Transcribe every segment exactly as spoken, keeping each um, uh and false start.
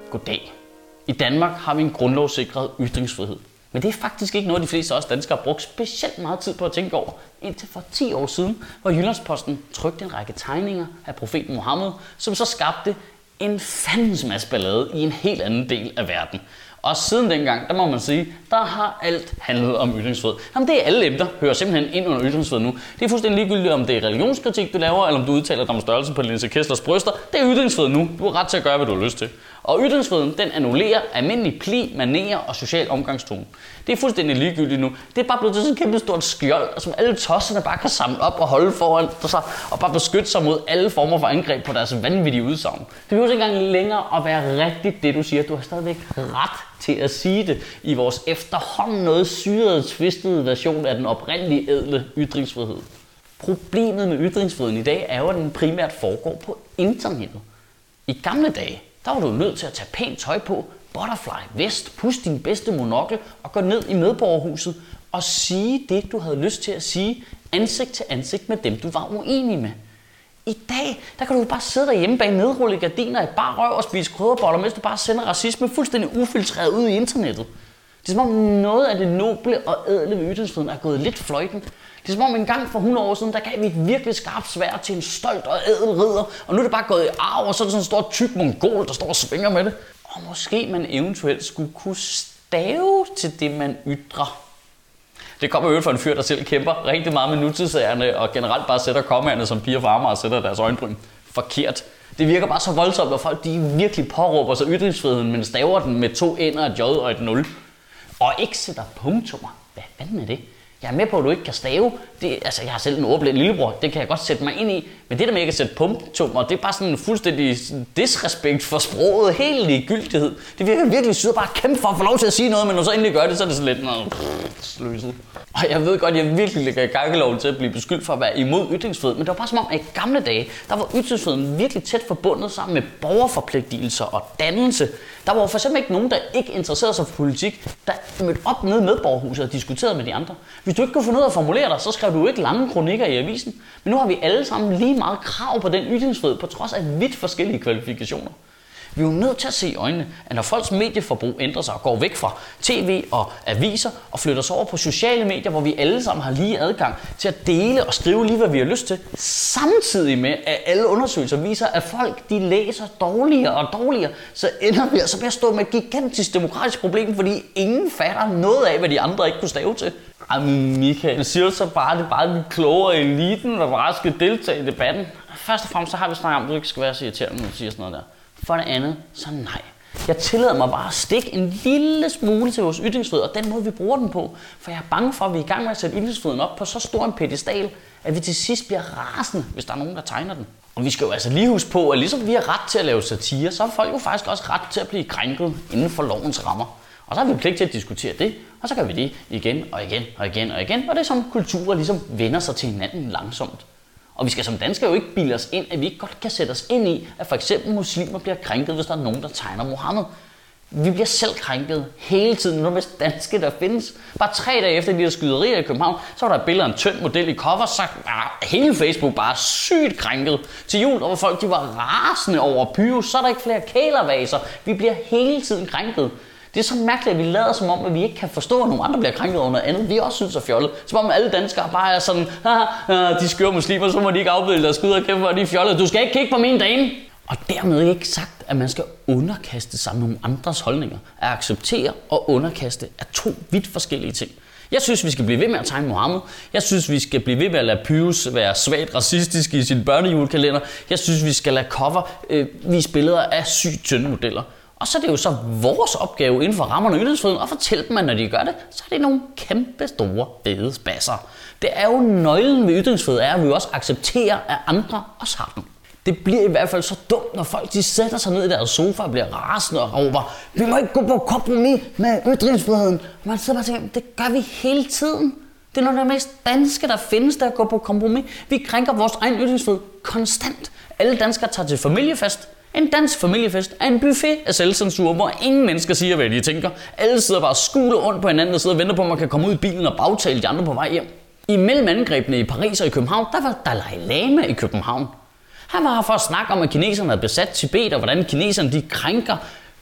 Goddag. I Danmark har vi en grundlovssikret ytringsfrihed. Men det er faktisk ikke noget, de fleste af os danskere har brugt specielt meget tid på at tænke over. Indtil for ti år siden, hvor Jyllandsposten trykte en række tegninger af profeten Muhammed, som så skabte en fandens masse ballade i en helt anden del af verden. Og siden dengang, der må man sige, der har alt handlet om ytringsfrihed. Jamen det er alle emner, hører simpelthen ind under ytringsfrihed nu. Det er fuldstændig ligegyldigt, om det er religionskritik, du laver, eller om du udtaler dig om størrelse på Linse Kesslers bryster. Det er ytringsfrihed nu. Du har ret til at gøre, hvad du har lyst til. Og ytringsfriheden, den annullerer almindelig pli, manerer og social omgangstone. Det er fuldstændig ligegyldigt nu. Det er bare blevet til sådan et kæmpe stort skjold, som alle tosserne bare kan samle op og holde foran sig, og bare beskytte sig mod alle former for angreb på deres vanvittige udsagn. Det behøver ikke engang længere at være rigtigt, det du siger. Du har stadigvæk ret til at sige det i vores efterhånden noget syrede, tvistede version af den oprindelige ædle ytringsfrihed. Problemet med ytringsfriheden i dag er jo, at den primært foregår på internettet. I gamle dage, der var du nødt til at tage pænt tøj på, butterfly vest, puste din bedste monokkel og gå ned i medborgerhuset og sige det, du havde lyst til at sige, ansigt til ansigt med dem, du var uenig med. I dag, der kan du bare sidde derhjemme bag nedrullede gardiner i bar røv og spise krydderboller, mens du bare sender racisme fuldstændig ufiltreret ud i internettet. Det er som om noget af det noble og ædle ved ytringsfriheden er gået lidt fløjten. Det er som om en gang for hundrede år siden, der gav vi et virkelig skarpt sværd til en stolt og ædel ridder, og nu er det bare gået i arv, og så er det sådan en stor tyk mongol, der står og svinger med det. Og måske man eventuelt skulle kunne stave til det, man ytrer. Det kommer jo fra en fyr, der selv kæmper rigtig meget med nutidsagerne, og generelt bare sætter kommaerne som piger for Amager og sætter deres øjenbryn forkert. Det virker bare så voldsomt, at folk de virkelig påråber sig ytringsfriheden, men staver den med to n'er, et j og et nul. Og ikke sætter punktummer. Hvad fanden er det? Jeg er med på, at du ikke kan stave. Det, altså, jeg har selv en ordblind lillebror. Det kan jeg godt sætte mig ind i. Men det der med ikke at sætte punktummer, det er bare sådan en fuldstændig disrespekt for sproget. Helt ligegyldighed. Det virker virkelig sygt bare at kæmpe for at få lov til at sige noget, men når så endelig gør det, så er det sådan lidt noget sløset. Og jeg ved godt, at jeg virkelig ligger i kakkeloven til at blive beskyldt for at være imod ytringsfrihed. Men det var bare som om, at i gamle dage, der var ytringsfriheden virkelig tæt forbundet sammen med borgerforpligtelser og dannelse. Der var for eksempel ikke nogen, der ikke interesserede sig for politik, der mødte op nede med medborgerhuset og diskuterede med de andre. Hvis du ikke kunne finde ud af at formulere dig, så skrev du ikke lange kronikker i avisen. Men nu har vi alle sammen lige meget krav på den ytringsfrihed, på trods af vidt forskellige kvalifikationer. Vi er jo nødt til at se i øjnene, at når folks medieforbrug ændrer sig og går væk fra tv og aviser og flytter sig over på sociale medier, hvor vi alle sammen har lige adgang til at dele og skrive lige, hvad vi har lyst til, samtidig med, at alle undersøgelser viser, at folk de læser dårligere og dårligere, så ender vi altså med at stå med et gigantisk demokratisk problem, fordi ingen fatter noget af, hvad de andre ikke kunne stave til. Ej, Michael, siger du så bare, at det er bare den klogere eliten, der bare skal deltage i debatten? Først og fremmest så har vi snakket om, at du ikke skal være så irriterende, når du siger sådan noget der. For det andet, så nej. Jeg tillader mig bare at stikke en lille smule til vores ytringsfrihed, og den måde, vi bruger den på. For jeg er bange for, at vi er i gang med at sætte ytringsfriheden op på så stor en pedestal, at vi til sidst bliver rasende, hvis der er nogen, der tegner den. Og vi skal jo altså lige huske på, at ligesom vi har ret til at lave satire, så har folk jo faktisk også ret til at blive krænket inden for lovens rammer. Og så har vi pligt til at diskutere det, og så gør vi det igen og igen og igen og igen. Og det er som kulturer ligesom vender sig til hinanden langsomt. Og vi skal som danskere jo ikke bilde os ind, at vi ikke godt kan sætte os ind i, at for eksempel muslimer bliver krænket, hvis der er nogen, der tegner Mohammed. Vi bliver selv krænket hele tiden, når det mest danske, der findes. Bare tre dage efter de der skyderier i København, så var der et billede af en tynd model i cover, så var hele Facebook bare sygt krænket. Til jul, hvor folk de var rasende over Pyrus, så er der ikke flere kælervaser. Vi bliver hele tiden krænket. Det er så mærkeligt, at vi lader som om, at vi ikke kan forstå, at nogle andre bliver krænket over noget andet. Vi også synes er fjollet. Som om alle danskere bare er sådan, de skøre muslimer, så må de ikke afbilde deres skyder og kæmpe for, at de er fjollet. Du skal ikke kigge på min dame. Og dermed ikke sagt, at man skal underkaste sig nogle andres holdninger. At acceptere og underkaste er to vidt forskellige ting. Jeg synes, vi skal blive ved med at tegne Mohammed. Jeg synes, vi skal blive ved med at lade Pyrus være svagt racistisk i sin børnejulekalender. Jeg synes, vi skal lade cover øh, vise billeder af sygt tynde modeller. Og så er det jo så vores opgave inden for rammerne af ytringsfriheden at fortælle dem, at når de gør det, så er det nogle kæmpe store fede spasser. Det er jo nøglen ved ytringsfrihed, er, at vi også accepterer, at andre også har den. Det bliver i hvert fald så dumt, når folk de sætter sig ned i deres sofa og bliver rasende og råber, vi må ikke gå på kompromis med ytringsfriheden. Og man sidder bare og tænker, det gør vi hele tiden. Det er noget af det mest danske, der findes, der går på kompromis. Vi krænker vores egen ytringsfrihed konstant. Alle danskere tager til familiefest. En dansk familiefest er en buffet af selvcensur, hvor ingen mennesker siger, hvad de tænker. Alle sidder bare og skuler rundt på hinanden og sidder og venter på, at man kan komme ud i bilen og bagtale de andre på vej hjem. Imellem angrebene i Paris og i København, der var Dalai Lama i København. Han var her for at snakke om, at kineserne havde besat Tibet, og hvordan kineserne de krænker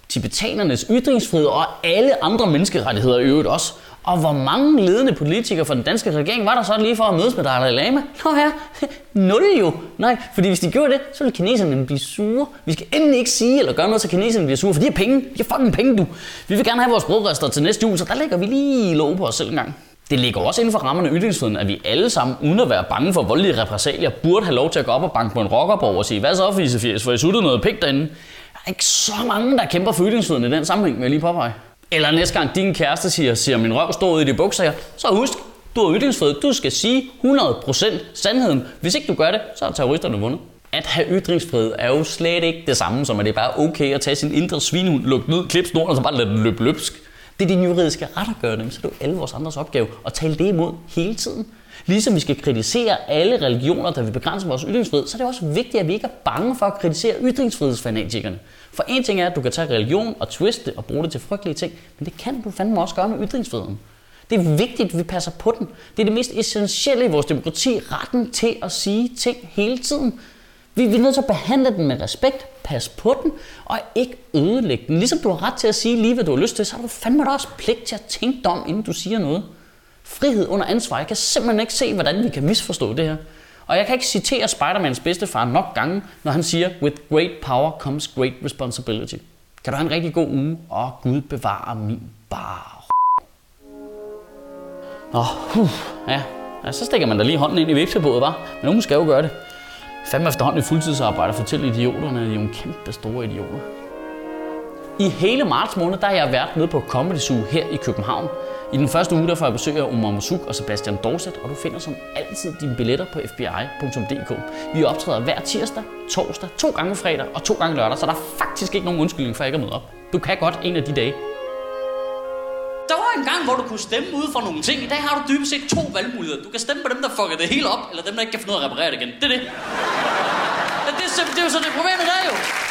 tibetanernes ytringsfrihed og alle andre menneskerettigheder i øvrigt også. Og hvor mange ledende politikere fra den danske regering var der så lige for at mødes med Dalai Lama? Nå ja, nul jo. Nej, fordi hvis de gjorde det, så ville kineserne blive sure. Vi skal endelig ikke sige eller gøre noget, så kineserne bliver sure, for de har penge. De har fucking penge, du. Vi vil gerne have vores brødrester til næste jul, så der lægger vi lige lov på os selv en gang. Det ligger også inden for rammerne af ytringsfriheden, at vi alle sammen, uden at være bange for voldelige repressalier, burde have lov til at gå op og banke på en rockerborg og sige, hvad så, fisefjes, for I suttede noget pik derinde. Der er ikke så mange, der kæmper for ytringsfriheden i den sammenhæng, vil jeg lige påpege. Eller næste gang din kæreste siger, siger min røv står ude i de bukser, så husk, du har ytringsfrihed. Du skal sige hundrede procent sandheden. Hvis ikke du gør det, så har terroristerne vundet. At have ytringsfrihed er jo slet ikke det samme, som at det er bare okay at tage sin indre svinehund, lukke den ud, klippe snoren og så bare lade den løbe løbsk. Det er din juridiske ret at gøre det, så er det jo alle vores andres opgave at tale det imod hele tiden. Ligesom vi skal kritisere alle religioner, der vil begrænse vores ytringsfrihed, så er det også vigtigt, at vi ikke er bange for at kritisere ytringsfrihedsfanatikerne. For en ting er, at du kan tage religion og twiste og bruge det til frygtelige ting, men det kan du fandme også gøre med ytringsfriheden. Det er vigtigt, at vi passer på den. Det er det mest essentielle i vores demokrati, retten til at sige ting hele tiden. Vi er nødt til at behandle den med respekt, pas på den, og ikke ødelægge den. Ligesom du har ret til at sige lige, hvad du har lyst til, så har du fandme da også pligt til at tænke dig om, inden du siger noget. Frihed under ansvar. Jeg kan simpelthen ikke se, hvordan vi kan misforstå det her. Og jeg kan ikke citere Spider-Mans bedstefar nok gange, når han siger, with great power comes great responsibility. Kan du have en rigtig god uge, og Gud bevare min bar. Nå, uh, ja. ja, så stikker man da lige hånden ind i vipsebådet, hva'? Men nogen skal jo gøre det. Fandme efterhånden et fuldtidsarbejde at fortælle idioterne, at de er jo en kæmpe store idioter. I hele marts måned, der har jeg været nede på Comedy Zoo her i København. I den første uge, der får jeg besøg af Omar Masuk og Sebastian Dorset, og du finder som altid dine billetter på f b i punktum d k. Vi optræder hver tirsdag, torsdag, to gange fredag og to gange lørdag, så der er faktisk ikke nogen undskyldning for ikke at møde op. Du kan godt en af de dage. Der var en gang, hvor du kunne stemme ud for nogle ting. I dag har du dybest set to valgmuligheder. Du kan stemme på dem, der fucker det hele op, eller dem, der ikke kan finde ud af at reparere det igen. Det er det. Det er, det er jo så det problemet der jo.